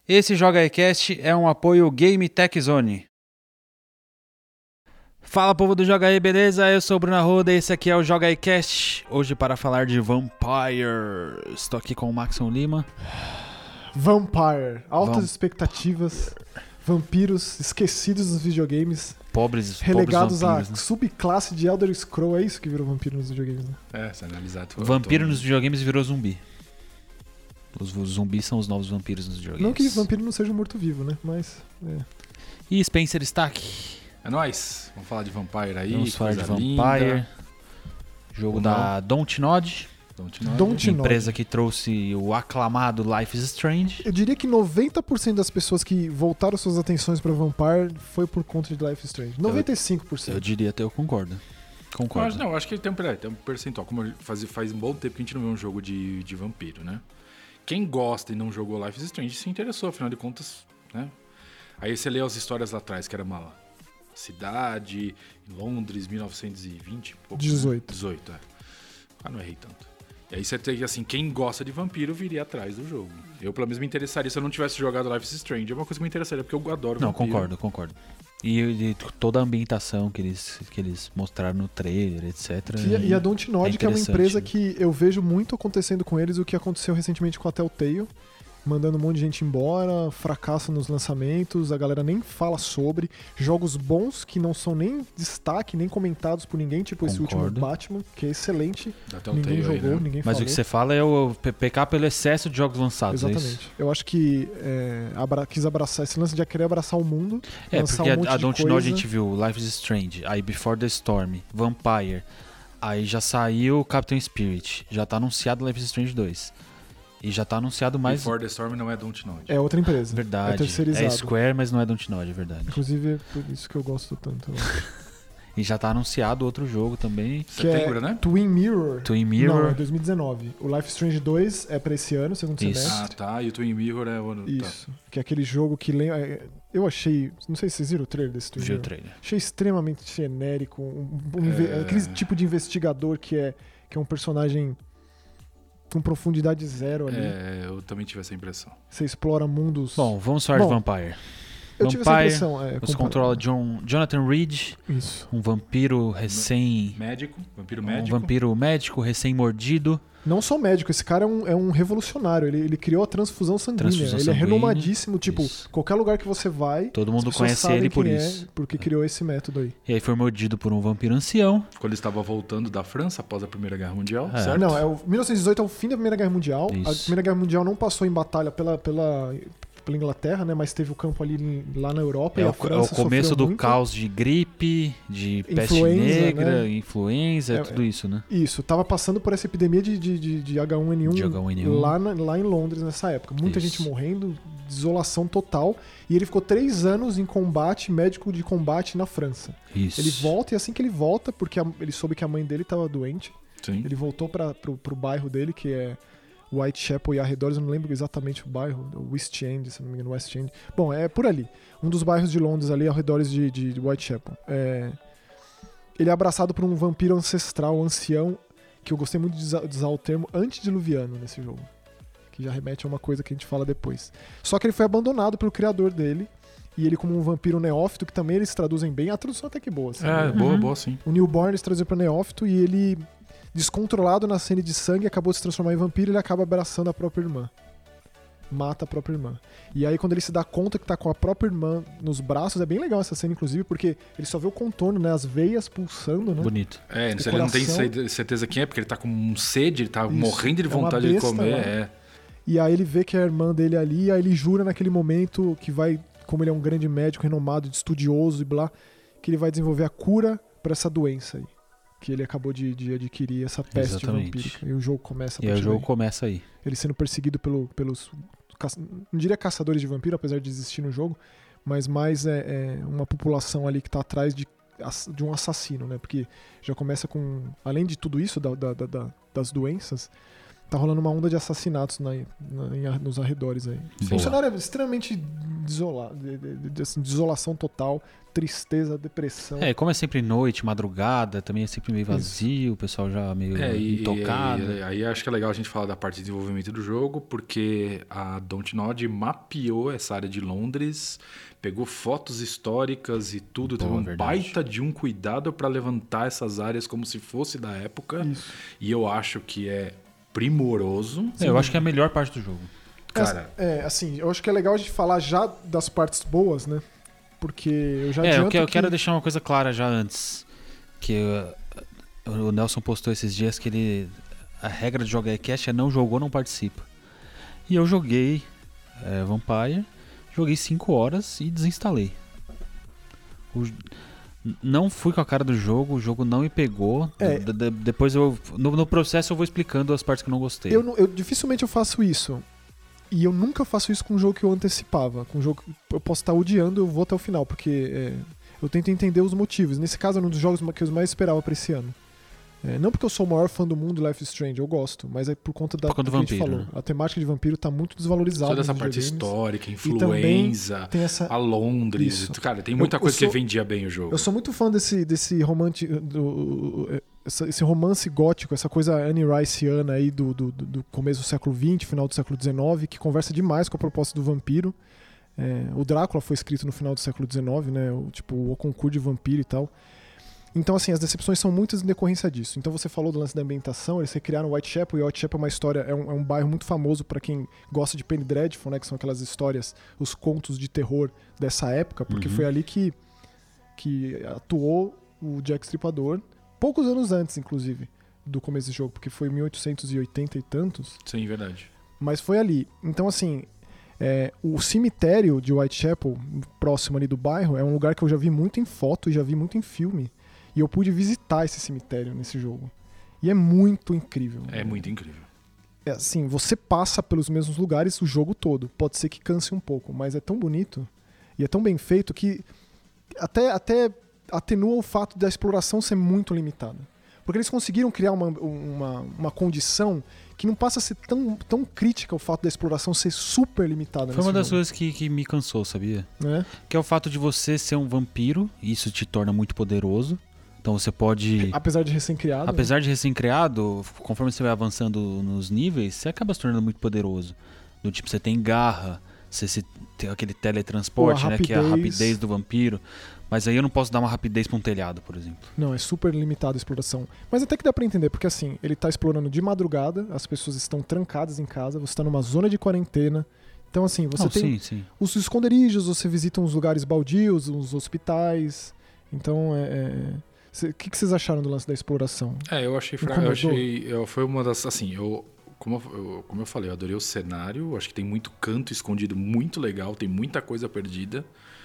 Esse Joga aí Cast é um apoio Game Tech Zone. Fala, povo do Joga aí, beleza? Eu sou o Bruno Arruda e esse aqui é o Joga aí Cast. Hoje para falar de Vampire. Estou aqui com o Maxon Lima. Vampire. Altas expectativas. Vampiros esquecidos nos videogames. Relegados vampiros, à subclasse de Elder Scrolls. É isso que virou vampiro nos videogames, né? É, se analisar tudo. Vampiro nos videogames virou zumbi. Os zumbis são os novos vampiros nos videogames. Não que vampiro não seja um morto-vivo, né? Mas... E Spencer Stack. É nóis. Vamos falar de Vampire aí. Vamos falar de Vampire. Linda. Jogo da Dontnod. Dontnod. Empresa que trouxe o aclamado Life is Strange. Eu diria que 90% das pessoas que voltaram suas atenções pra Vampire foi por conta de Life is Strange. 95%. Eu diria até eu concordo. Eu acho que ele tem um percentual. Como faz um bom tempo que a gente não vê um jogo de vampiro, né? Quem gosta e não jogou Life is Strange se interessou, afinal de contas, né? Aí você lê as histórias lá atrás, que era uma cidade, em Londres, 1920, pouco, 18. Né? 18, é. Ah, não errei tanto. E aí você tem, assim, quem gosta de vampiro viria atrás do jogo. Eu, pelo menos, me interessaria se eu não tivesse jogado Life is Strange. É uma coisa que me interessaria, porque eu adoro vampiro. Não, concordo. E toda a ambientação que eles mostraram no trailer, etc. E a Dontnod, que é uma empresa que eu vejo muito acontecendo com eles, o que aconteceu recentemente com a Telltale, mandando um monte de gente embora, fracasso nos lançamentos, a galera nem fala sobre, jogos bons que não são nem destaque, nem comentados por ninguém, tipo esse último Batman, que é excelente, ninguém jogou, né? Ninguém Mas falou. O que você fala é o pecar pelo excesso de jogos lançados. Exatamente. É isso? Eu acho que quis abraçar esse lance de querer abraçar o mundo, lançar porque um monte a de Dontnod coisa. a gente viu Life is Strange, aí Before the Storm, Vampire, aí já saiu Captain Spirit, já tá anunciado Life is Strange 2. E já tá anunciado mais... Before the Storm não é Dontnod. É outra empresa. Verdade. É terceirizado. É Square, mas não é Dontnod, é verdade. Inclusive, é por isso que eu gosto tanto. E já tá anunciado outro jogo também. Setembro, né? Twin Mirror. Não, é 2019. O Life is Strange 2 é pra esse ano, segundo semestre. Ah, tá. E o Twin Mirror é o ano... Isso. Tá. Que é aquele jogo que lembra... Eu achei... Não sei se vocês viram o trailer desse Twin Mirror. Vi o trailer. Achei extremamente genérico. Aquele tipo de investigador que é um personagem... com profundidade zero ali. Eu também tive essa impressão. Você explora mundos... Bom, vamos falar de Vampire. Eu tive essa impressão. Nos controla Jonathan Reed. Isso. Um vampiro Vampiro médico. Um vampiro médico, recém-mordido. Não só médico, esse cara é um revolucionário. Ele criou a transfusão sanguínea. Ele é renomadíssimo. Tipo, qualquer lugar que você vai... Todo mundo conhece ele por isso. Porque criou esse método aí. E aí foi mordido por um vampiro ancião. Quando ele estava voltando da França após a Primeira Guerra Mundial, certo? Não, 1918 é o fim da Primeira Guerra Mundial. Isso. A Primeira Guerra Mundial não passou em batalha pela Inglaterra, né? Mas teve o campo ali lá na Europa. É e a França o começo do muito. caos de gripe, de peste Influenza, negra, né? influenza, tudo isso, né? Isso, tava passando por essa epidemia de H1N1, lá em Londres nessa época. Muita gente morrendo, desolação total. E ele ficou 3 anos em combate, médico de combate na França. Isso. Ele volta, e assim que ele volta, porque ele soube que a mãe dele tava doente, Sim. ele voltou pro bairro dele, que é Whitechapel e arredores, eu não lembro exatamente o bairro, West End, se não me engano, West End. Bom, é por ali. Um dos bairros de Londres ali, arredores de Whitechapel. Ele é abraçado por um vampiro ancestral, ancião, que eu gostei muito de usar o termo antediluviano nesse jogo. Que já remete a uma coisa que a gente fala depois. Só que ele foi abandonado pelo criador dele, e ele como um vampiro neófito, que também eles traduzem bem, a tradução até que boa. Sabe? Boa sim. O Newborn eles traduziram pra neófito, e ele... descontrolado na sede de sangue, acabou de se transformar em vampiro e ele acaba abraçando a própria irmã. Mata a própria irmã. E aí, quando ele se dá conta que tá com a própria irmã nos braços, é bem legal essa cena, inclusive, porque ele só vê o contorno, né? As veias pulsando, né? Bonito. Ele não tem certeza quem é, porque ele tá com sede, ele tá morrendo de vontade de comer. Né? E aí ele vê que é a irmã dele ali, e aí ele jura naquele momento que vai, como ele é um grande médico renomado, estudioso e blá, que ele vai desenvolver a cura pra essa doença aí. Que ele acabou de adquirir, essa peste vampírica. E o jogo começa aí. Ele sendo perseguido pelos... Não diria caçadores de vampiro, apesar de existir no jogo, mas mais uma população ali que tá atrás de um assassino, né? Porque já começa com... Além de tudo isso, das doenças, tá rolando uma onda de assassinatos nos arredores aí. Um cenário extremamente assim, desolação total, tristeza, depressão. Como é sempre noite, madrugada, também é sempre meio vazio, o pessoal já meio intocado. Aí acho que é legal a gente falar da parte de desenvolvimento do jogo, porque a Dontnod mapeou essa área de Londres, pegou fotos históricas e tudo, teve um baita de um cuidado para levantar essas áreas como se fosse da época. Isso. E eu acho que é primoroso. Eu acho que é a melhor parte do jogo. Cara, assim, eu acho que é legal a gente falar já das partes boas, né? Porque eu já adianto eu quero deixar uma coisa clara já antes. Que o Nelson postou esses dias que a regra de jogar iCast é não jogou, não participa. E eu joguei Vampire, joguei 5 horas e desinstalei. Não fui com a cara do jogo, o jogo não me pegou. Depois no processo eu vou explicando as partes que eu não gostei. Dificilmente eu faço isso. E eu nunca faço isso com um jogo que eu antecipava. Com um jogo que eu posso estar odiando, eu vou até o final, porque eu tento entender os motivos. Nesse caso, é um dos jogos que eu mais esperava pra esse ano. Não porque eu sou o maior fã do mundo de Life is Strange, eu gosto, mas é por conta do que a gente falou. Né? A temática de vampiro tá muito desvalorizada. Toda essa parte histórica, influenza, a Londres. Isso. Cara, tem muita coisa que vendia bem o jogo. Eu sou muito fã desse romance gótico, essa coisa Anne Riceana aí do começo do século XX, final do século XIX, que conversa demais com a proposta do vampiro. O Drácula foi escrito no final do século XIX, né? O concurso de vampiro e tal. Então, assim, as decepções são muitas em decorrência disso. Então, você falou do lance da ambientação, eles recriaram Whitechapel, e Whitechapel é uma história, é um bairro muito famoso para quem gosta de Penny Dreadful, né? Que são aquelas histórias, os contos de terror dessa época, porque foi ali que atuou o Jack Stripador, poucos anos antes, inclusive, do começo do jogo, porque foi em 1880 e tantos. Sim, verdade. Mas foi ali. Então, assim, o cemitério de Whitechapel, próximo ali do bairro, é um lugar que eu já vi muito em foto e já vi muito em filme. E eu pude visitar esse cemitério nesse jogo. E é muito incrível. É muito incrível. Assim, você passa pelos mesmos lugares o jogo todo. Pode ser que canse um pouco, mas é tão bonito e é tão bem feito que até atenua o fato da exploração ser muito limitada. Porque eles conseguiram criar uma condição que não passa a ser tão crítica o fato da exploração ser super limitada. Foi uma das coisas que me cansou, sabia? Que é o fato de você ser um vampiro, e isso te torna muito poderoso. Então você pode... Apesar de recém-criado. Apesar de recém-criado, conforme você vai avançando nos níveis, você acaba se tornando muito poderoso. Do tipo, você tem garra, você tem aquele teletransporte, né? Que é a rapidez do vampiro. Mas aí eu não posso dar uma rapidez pra um telhado, por exemplo. Não, é super limitada a exploração. Mas até que dá pra entender, porque assim, ele tá explorando de madrugada, as pessoas estão trancadas em casa, você tá numa zona de quarentena. Então assim, você tem os esconderijos, você visita uns lugares baldios, uns hospitais. Então o que vocês acharam do lance da exploração? Eu achei foi uma das... Assim, como eu falei, eu adorei o cenário. Acho que tem muito canto escondido muito legal. Tem muita coisa perdida.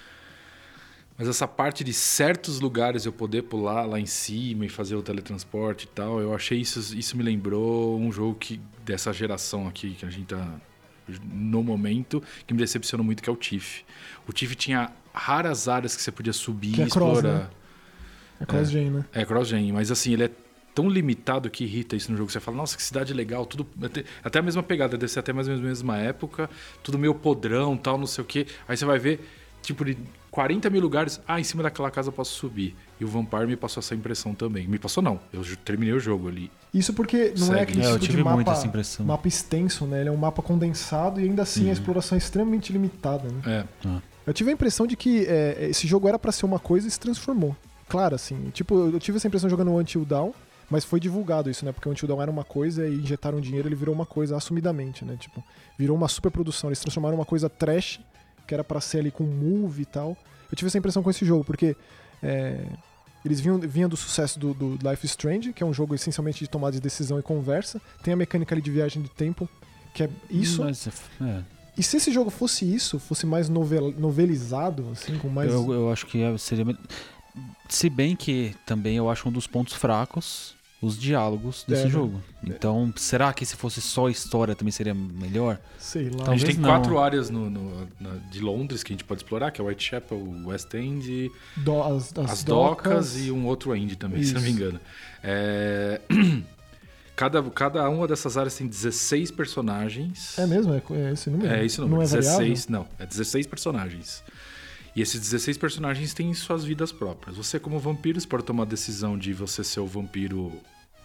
Mas essa parte de certos lugares eu poder pular lá em cima e fazer o teletransporte e tal, eu achei isso me lembrou um jogo dessa geração aqui que a gente tá no momento, que me decepcionou muito, que é o Thief. O Thief tinha raras áreas que você podia subir e explorar. Cross, né? É cross-gen, né? É cross-gen, mas assim, ele é tão limitado que irrita isso no jogo. Você fala, nossa, que cidade legal, tudo... Até a mesma pegada, deve ser até mais ou menos a mesma época, tudo meio podrão, tal, não sei o quê. Aí você vai ver, tipo, de 40 mil lugares, em cima daquela casa eu posso subir. E o Vampire me passou essa impressão também. Me passou não, eu terminei o jogo ali. Isso porque não é aquele tipo de mapa extenso, né? Ele é um mapa condensado e ainda assim a exploração é extremamente limitada, né? Eu tive a impressão de que esse jogo era pra ser uma coisa e se transformou. Claro, assim, tipo, eu tive essa impressão jogando o Until Dawn, mas foi divulgado isso, né? Porque o Until Dawn era uma coisa e injetaram dinheiro, ele virou uma coisa assumidamente, né? Tipo, virou uma superprodução. Eles transformaram uma coisa trash, que era pra ser ali com move e tal. Eu tive essa impressão com esse jogo, porque eles vinham do sucesso do Life is Strange, que é um jogo essencialmente de tomada de decisão e conversa. Tem a mecânica ali de viagem de tempo, que é isso. E se esse jogo fosse isso, fosse mais novelizado, assim, com mais... Eu acho que seria... Se bem que também eu acho um dos pontos fracos os diálogos desse jogo. Então, será que se fosse só história também seria melhor? Sei lá. Então, a gente tem 4 áreas de Londres que a gente pode explorar, que é Whitechapel, West End, as docas e um outro end também, se não me engano. Cada uma dessas áreas tem 16 personagens. É mesmo? É esse número? É esse número. Não é 16, variável? não, é 16 personagens. E esses 16 personagens têm suas vidas próprias. Você, como vampiro, você pode tomar a decisão de você ser o vampiro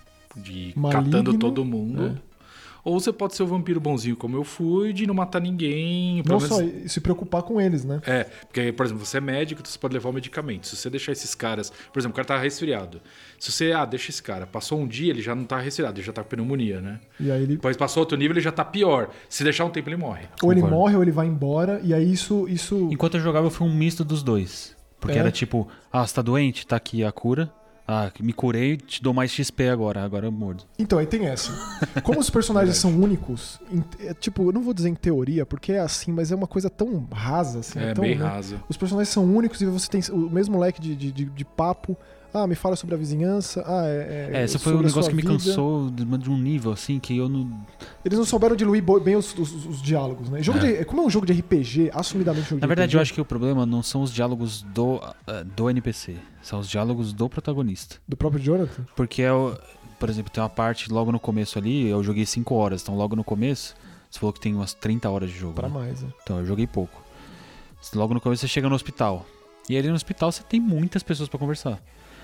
de Maligno, catando todo mundo. Ou você pode ser o vampiro bonzinho, como eu fui, de não matar ninguém. Não só se preocupar com eles, né? Porque, por exemplo, você é médico, então você pode levar o medicamento. Se você deixar esses caras... Por exemplo, o cara tá resfriado. Se você, deixa esse cara. Passou um dia, ele já não tá resfriado, ele já tá com pneumonia, né? E aí ele... Depois passou outro nível, ele já tá pior. Se deixar um tempo, ele morre. Ou ele morre ou ele vai embora, e aí isso... Enquanto eu jogava, eu fui um misto dos dois. Porque era tipo, você tá doente? Tá aqui a cura. Me curei, te dou mais XP agora eu mordo. Então, aí tem essa. Como os personagens são únicos, tipo, eu não vou dizer em teoria, porque é assim, mas é uma coisa tão rasa, assim. É tão, bem né? rasa. Os personagens são únicos e você tem o mesmo leque de papo. Me fala sobre a vizinhança. Esse foi um negócio que me cansou de um nível, assim, que eu não... Eles não souberam diluir bem os diálogos, né? Como é um jogo de RPG, assumidamente jogo Na verdade, de RPG, eu acho que o problema não são os diálogos do NPC, são os diálogos do protagonista. do próprio Jonathan. Porque, por exemplo, tem uma parte logo no começo ali, eu joguei 5 horas, então logo no começo, você falou que tem umas 30 horas de jogo. Pra né? mais, né? Então, eu joguei pouco. Logo no começo você chega no hospital, e ali no hospital você tem muitas pessoas pra conversar.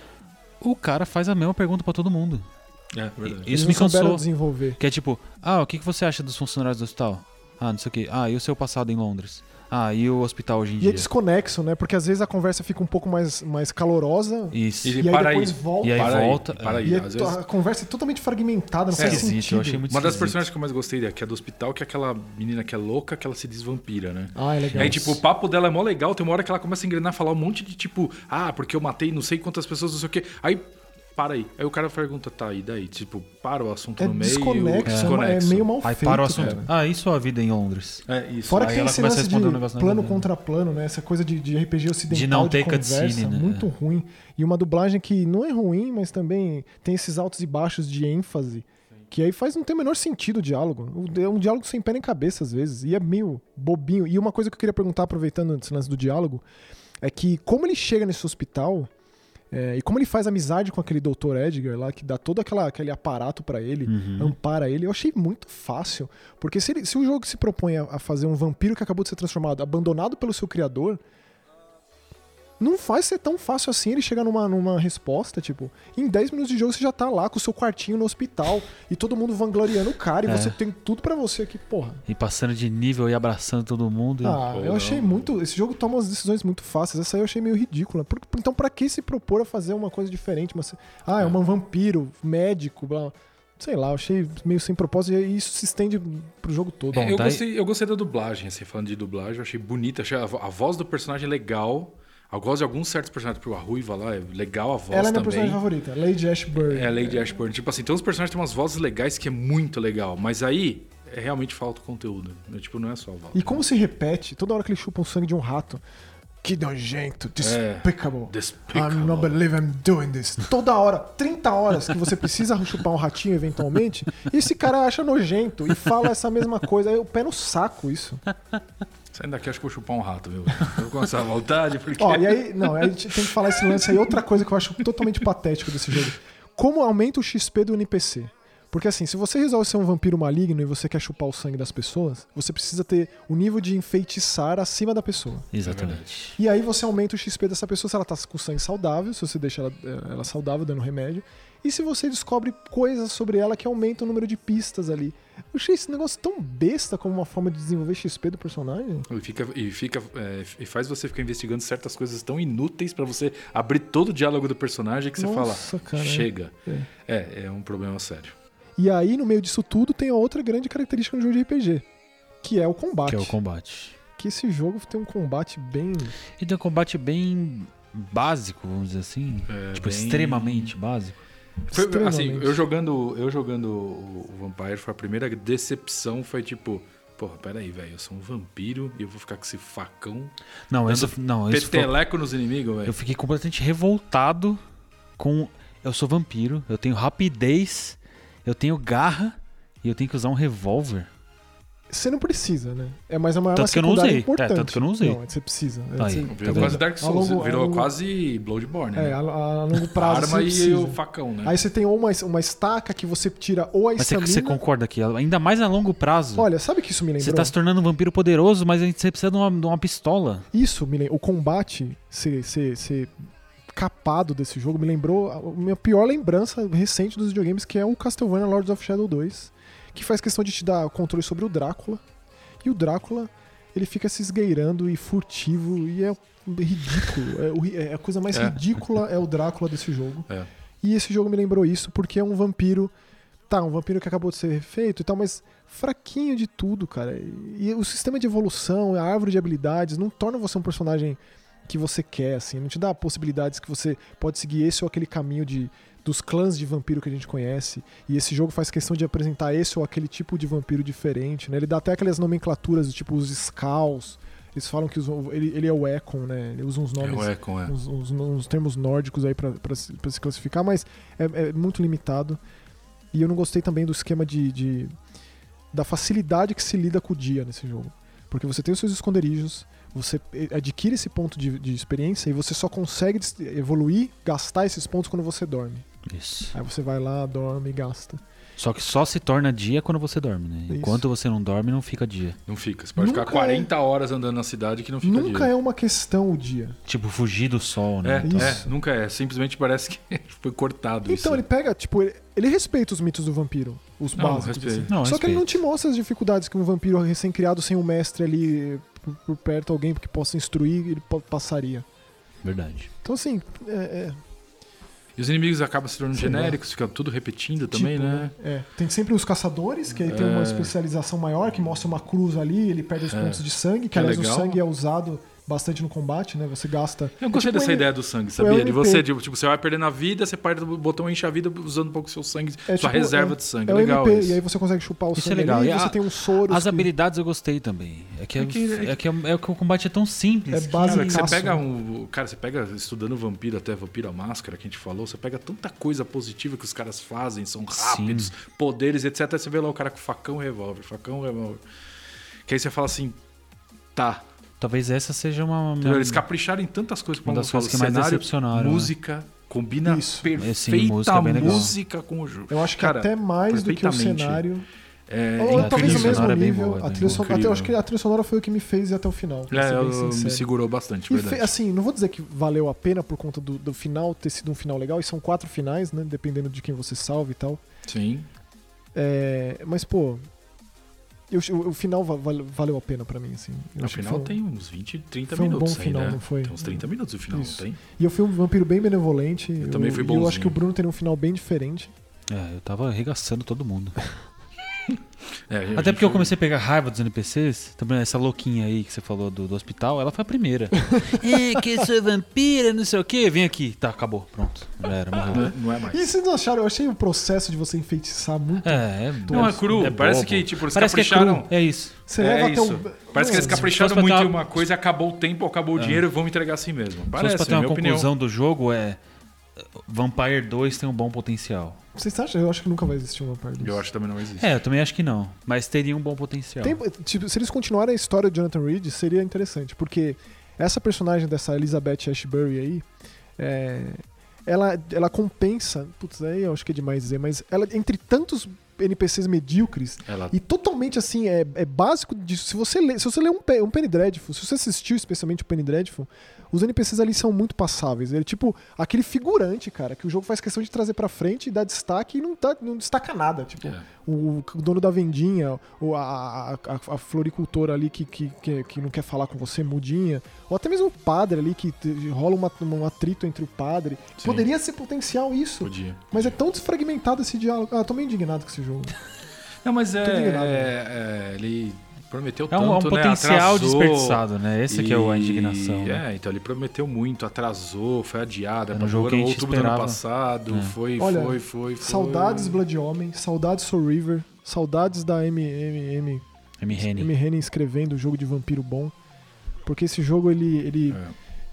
O cara faz a mesma pergunta pra todo mundo. É, verdade. Isso Eles me não souberam cansou. desenvolver. Que é tipo, o que você acha dos funcionários do hospital? Não sei o quê. E o seu passado em Londres? E o hospital hoje em E dia? é desconexo, né? Porque às vezes a conversa fica um pouco mais calorosa. Isso. E E aí para depois aí. volta. E aí volta. Para aí. E Às vezes... a conversa é totalmente fragmentada, não faz Esquisito, sentido. eu achei muito Uma das esquisito. personagens que eu mais gostei que é do hospital, que é aquela menina que é louca, que ela se desvampira, né? É legal. Aí, tipo, o papo dela é mó legal, tem uma hora que ela começa a engrenar, falar um monte de tipo, porque eu matei não sei quantas pessoas, não sei o quê. Aí, para aí. Aí o cara pergunta, e daí? Tipo, para o assunto É no meio. desconexo, é meio mal Aí feito. para o assunto. cara. E sua vida em Londres? É isso. Fora Aí que tem ela esse começa a lance de responder um negócio nada plano a ver. contra plano, né? Essa coisa de RPG ocidental De não ter conversa, cutscene, né? muito ruim. E uma dublagem que não é ruim, mas também tem esses altos e baixos de ênfase, que aí não tem o menor sentido o diálogo. É um diálogo sem pé nem cabeça, às vezes. E é meio bobinho. E uma coisa que eu queria perguntar, aproveitando esse lance do diálogo, é que como ele chega nesse hospital... e como ele faz amizade com aquele Dr. Edgar lá, que dá todo aquele aparato pra ele, ampara ele, eu achei muito fácil. Porque se o jogo se propõe a fazer um vampiro que acabou de ser transformado, abandonado pelo seu criador, não faz ser tão fácil assim ele chegar numa resposta, tipo, em 10 minutos de jogo você já tá lá com o seu quartinho no hospital e todo mundo vangloriando o cara e você tem tudo pra você aqui, porra. E passando de nível e abraçando todo mundo. Eu achei muito... Esse jogo toma umas decisões muito fáceis. Essa aí eu achei meio ridícula. Então pra que se propor a fazer uma coisa diferente? É um vampiro, médico, blá... Sei lá, eu achei meio sem propósito e isso se estende pro jogo todo. Eu gostei da dublagem, assim, falando de dublagem, eu achei bonita, achei a voz do personagem legal. Eu gosto de alguns certos personagens, tipo a Ruiva lá, é legal a voz também. Ela é minha personagem favorita, Lady Ashburn. É a Lady Ashburn. Tipo assim, tem uns personagens que têm umas vozes legais que é muito legal, mas aí realmente falta o conteúdo. Tipo, não é só a voz. E como se repete, toda hora que ele chupa o sangue de um rato. Que nojento, despicable. Despicable. I'm not believe I'm doing this. Toda hora, 30 horas que você precisa chupar um ratinho eventualmente, e esse cara acha nojento e fala essa mesma coisa. Aí o pé no saco isso. Saindo daqui, acho que vou chupar um rato, viu? Eu vou começar a vontade, porque... E aí, a gente tem que falar esse lance aí. Outra coisa que eu acho totalmente patético desse jogo. Como aumenta o XP do NPC? Porque assim, se você resolve ser um vampiro maligno e você quer chupar o sangue das pessoas, você precisa ter o nível de enfeitiçar acima da pessoa. Exatamente. E aí você aumenta o XP dessa pessoa se ela tá com sangue saudável, se você deixa ela saudável dando remédio. E se você descobre coisas sobre ela que aumentam o número de pistas ali. Eu achei esse negócio tão besta como uma forma de desenvolver XP do personagem. E faz você ficar investigando certas coisas tão inúteis pra você abrir todo o diálogo do personagem que você fala, cara, chega. É um problema sério. E aí, no meio disso tudo, tem a outra grande característica no jogo de RPG, que é o combate. Que esse jogo tem um combate bem... E tem um combate bem básico, vamos dizer assim. Extremamente básico. Assim, eu jogando o Vampire, foi a primeira decepção, foi tipo... Porra, peraí, velho, eu sou um vampiro e eu vou ficar com esse facão... Peteleco nos inimigos, velho. Eu fiquei completamente revoltado com... Eu sou vampiro, eu tenho rapidez... Eu tenho garra e eu tenho que usar um revólver. Você não precisa, né? Mas é uma Tanto arma que eu não secundária usei. importante. Tanto que eu não usei. Não, você precisa. Aí. Virou quase Dark Souls, virou quase Bloodborne, né? A longo prazo A arma você precisa. e o facão, né? Aí você tem uma estaca que você tira ou a estamina... Mas você concorda que ainda mais a longo prazo... Olha, sabe o que isso me lembrou? Você tá se tornando um vampiro poderoso, mas você precisa de uma pistola. Isso me lembrou. O combate ser capado desse jogo me lembrou a minha pior lembrança recente dos videogames, que é o Castlevania Lords of Shadow 2, que faz questão de te dar controle sobre o Drácula. E o Drácula, ele fica se esgueirando e furtivo, e é ridículo. A coisa mais ridícula é o Drácula desse jogo. É. E esse jogo me lembrou isso, porque é um vampiro... Tá, um vampiro que acabou de ser refeito e tal, mas fraquinho de tudo, cara. E o sistema de evolução, a árvore de habilidades, não torna você um personagem que você quer, assim. Não te dá possibilidades que você pode seguir esse ou aquele caminho dos clãs de vampiro que a gente conhece. E esse jogo faz questão de apresentar esse ou aquele tipo de vampiro diferente, né? Ele dá até aquelas nomenclaturas, tipo os Skulls. Eles falam que ele é o Ekon, né? Ele usa uns nomes, o Ekon, uns termos nórdicos aí pra se classificar, mas é muito limitado. E eu não gostei também do esquema da facilidade que se lida com o dia nesse jogo. Porque você tem os seus esconderijos, você adquire esse ponto de experiência e você só consegue evoluir, gastar esses pontos quando você dorme. Isso. Aí você vai lá, dorme e gasta. Só que só se torna dia quando você dorme, né? Isso. Enquanto você não dorme, não fica dia. Não fica. Você pode ficar 40 horas andando na cidade que não fica dia. Nunca é uma questão o dia. Tipo, fugir do sol, né? Isso. Nunca é. Simplesmente parece que foi cortado isso. Então ele pega, tipo, ele respeita os mitos do vampiro, os básicos. Assim. Só que ele não te mostra as dificuldades que um vampiro recém-criado sem um mestre ali por perto, alguém que possa instruir, ele passaria. Verdade. Então assim, E os inimigos acabam se tornando genéricos, fica tudo repetindo também, tipo, né? Tem sempre os caçadores, que aí tem uma especialização maior, que mostra uma cruz ali, ele perde os pontos de sangue, que aliás legal. O sangue é usado bastante no combate, né? Você gasta... Eu gostei tipo, dessa ideia do sangue, sabia? De você, tipo, você vai perdendo a vida, você aperta o botão, enche a vida usando um pouco do seu sangue, sua reserva de sangue. Legal MP, isso. E aí você consegue chupar o Isso sangue é legal. ali, E você tem um soro... As habilidades eu gostei também. É que o combate é tão simples. É básico. Você pega estudando vampiro, até Vampiro à Máscara, que a gente falou, você pega tanta coisa positiva que os caras fazem, são rápidos, poderes, etc. Aí você vê lá o cara com facão e revólver. Que aí você fala assim, tá... Talvez essa seja Eles capricharam em tantas coisas. Uma das coisas que mais decepcionaram. Música, combina perfeita sim, música, bem legal. música com o jogo. Eu acho que até mais do que o cenário. Ou talvez o mesmo nível. A trilha sonora, eu acho que a trilha sonora foi o que me fez ir até o final. Me segurou bastante, verdade. Assim, não vou dizer que valeu a pena por conta do final ter sido um final legal. E são 4 finais, né? Dependendo de quem você salva e tal. Sim. Mas, pô... O final valeu a pena pra mim, assim. O final tem uns 20, 30 foi minutos. Um bom final, né? não foi? Tem uns 30 minutos o final, não tem? E eu fui um vampiro bem benevolente. Eu também fui bonzinho. E eu acho que o Bruno teria um final bem diferente. Eu tava arregaçando todo mundo. Até porque eu comecei a pegar raiva dos NPCs. Também essa louquinha aí que você falou do hospital, ela foi a primeira. Que eu sou vampira, não sei o quê. Vem aqui. Tá, acabou. Pronto. Já era, morreu. Não é mais. E vocês não acharam? Eu achei o processo de você enfeitiçar muito... Não, é cru. Parece que, tipo, eles capricharam. É isso. Você leva até isso. Parece que eles capricharam muito em uma coisa, acabou o tempo, acabou o dinheiro, vamos entregar assim mesmo. Parece, pra ter uma conclusão do jogo Vampire 2 tem um bom potencial. Vocês acham? Eu acho que nunca vai existir um Vampire 2. Eu acho que também não existe. Eu também acho que não. Mas teria um bom potencial. Tipo, se eles continuarem a história de Jonathan Reed, seria interessante. Porque essa personagem dessa Elizabeth Ashbury aí, ela compensa... Putz, aí eu acho que é demais dizer, mas ela, entre tantos NPCs medíocres e totalmente assim, é básico disso. Se você lê um Penny Dreadful, se você assistiu especialmente o Penny Dreadful, os NPCs ali são muito passáveis. Ele é tipo aquele figurante, cara, que o jogo faz questão de trazer pra frente e dar destaque e não destaca nada. Tipo, o dono da vendinha, ou a floricultora ali que não quer falar com você, mudinha, ou até mesmo o padre ali, que rola um atrito entre o padre. Sim. Poderia ser potencial isso. Podia. Mas é tão desfragmentado esse diálogo. Tô meio indignado com esse jogo. Não, mas ele prometeu tanto, um potencial atrasou, desperdiçado, né? Esse que é a indignação. Né? Então ele prometeu muito, atrasou, foi adiado, no jogo que a gente outubro do ano passado, foi. Saudades Blood Omen, saudades Soul River, saudades da M. Henning escrevendo o jogo de vampiro bom, porque esse jogo ele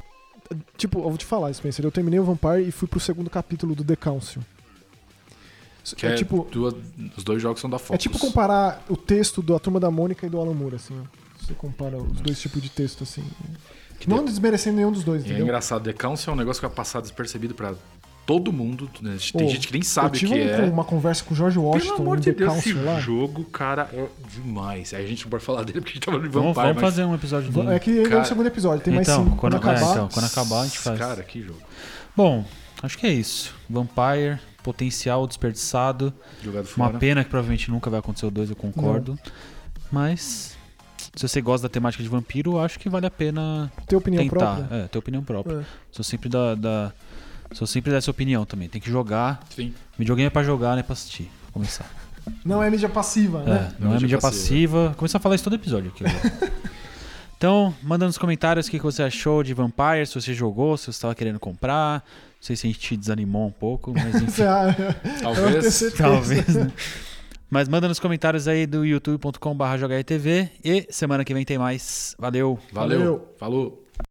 tipo, eu vou te falar, Spencer, eu terminei o Vampire e fui pro segundo capítulo do The Council. Que é tipo, os dois jogos são da Focus. É tipo comparar o texto da Turma da Mônica e do Alan Moore, assim, ó. Você compara os dois tipos de texto, assim. Não desmerecendo nenhum dos dois, entendeu? É engraçado, The Council é um negócio que vai passar despercebido pra todo mundo. Né? Tem gente que nem sabe o que é. Eu tive uma conversa com o George Washington. Pelo amor de Deus, esse lá. jogo, cara, é demais. Aí a gente não pode falar dele porque a gente tava no Vampire. Vamos fazer um episódio dele. É que ainda é o segundo episódio, tem mais 5. Quando acabar a gente faz. Cara, que jogo. Bom, acho que é isso. Vampire, potencial desperdiçado. Jogado fora. Uma pena que provavelmente nunca vai acontecer o 2, eu concordo. Não. Mas... se você gosta da temática de vampiro, eu acho que vale a pena ter opinião tentar. própria. Ter opinião própria. Sou sempre sou sempre dessa opinião também. Tem que jogar. Sim. Videogame é pra jogar, não é pra assistir. Pra começar. Não é mídia passiva, né? Não é mídia passiva. Começar a falar isso todo episódio aqui. Então, manda nos comentários o que você achou de Vampire, se você jogou, se você estava querendo comprar. Não sei se a gente te desanimou um pouco, mas enfim. Talvez. Né? Mas manda nos comentários aí do youtube.com/jogaetv e semana que vem tem mais. Valeu. Falou.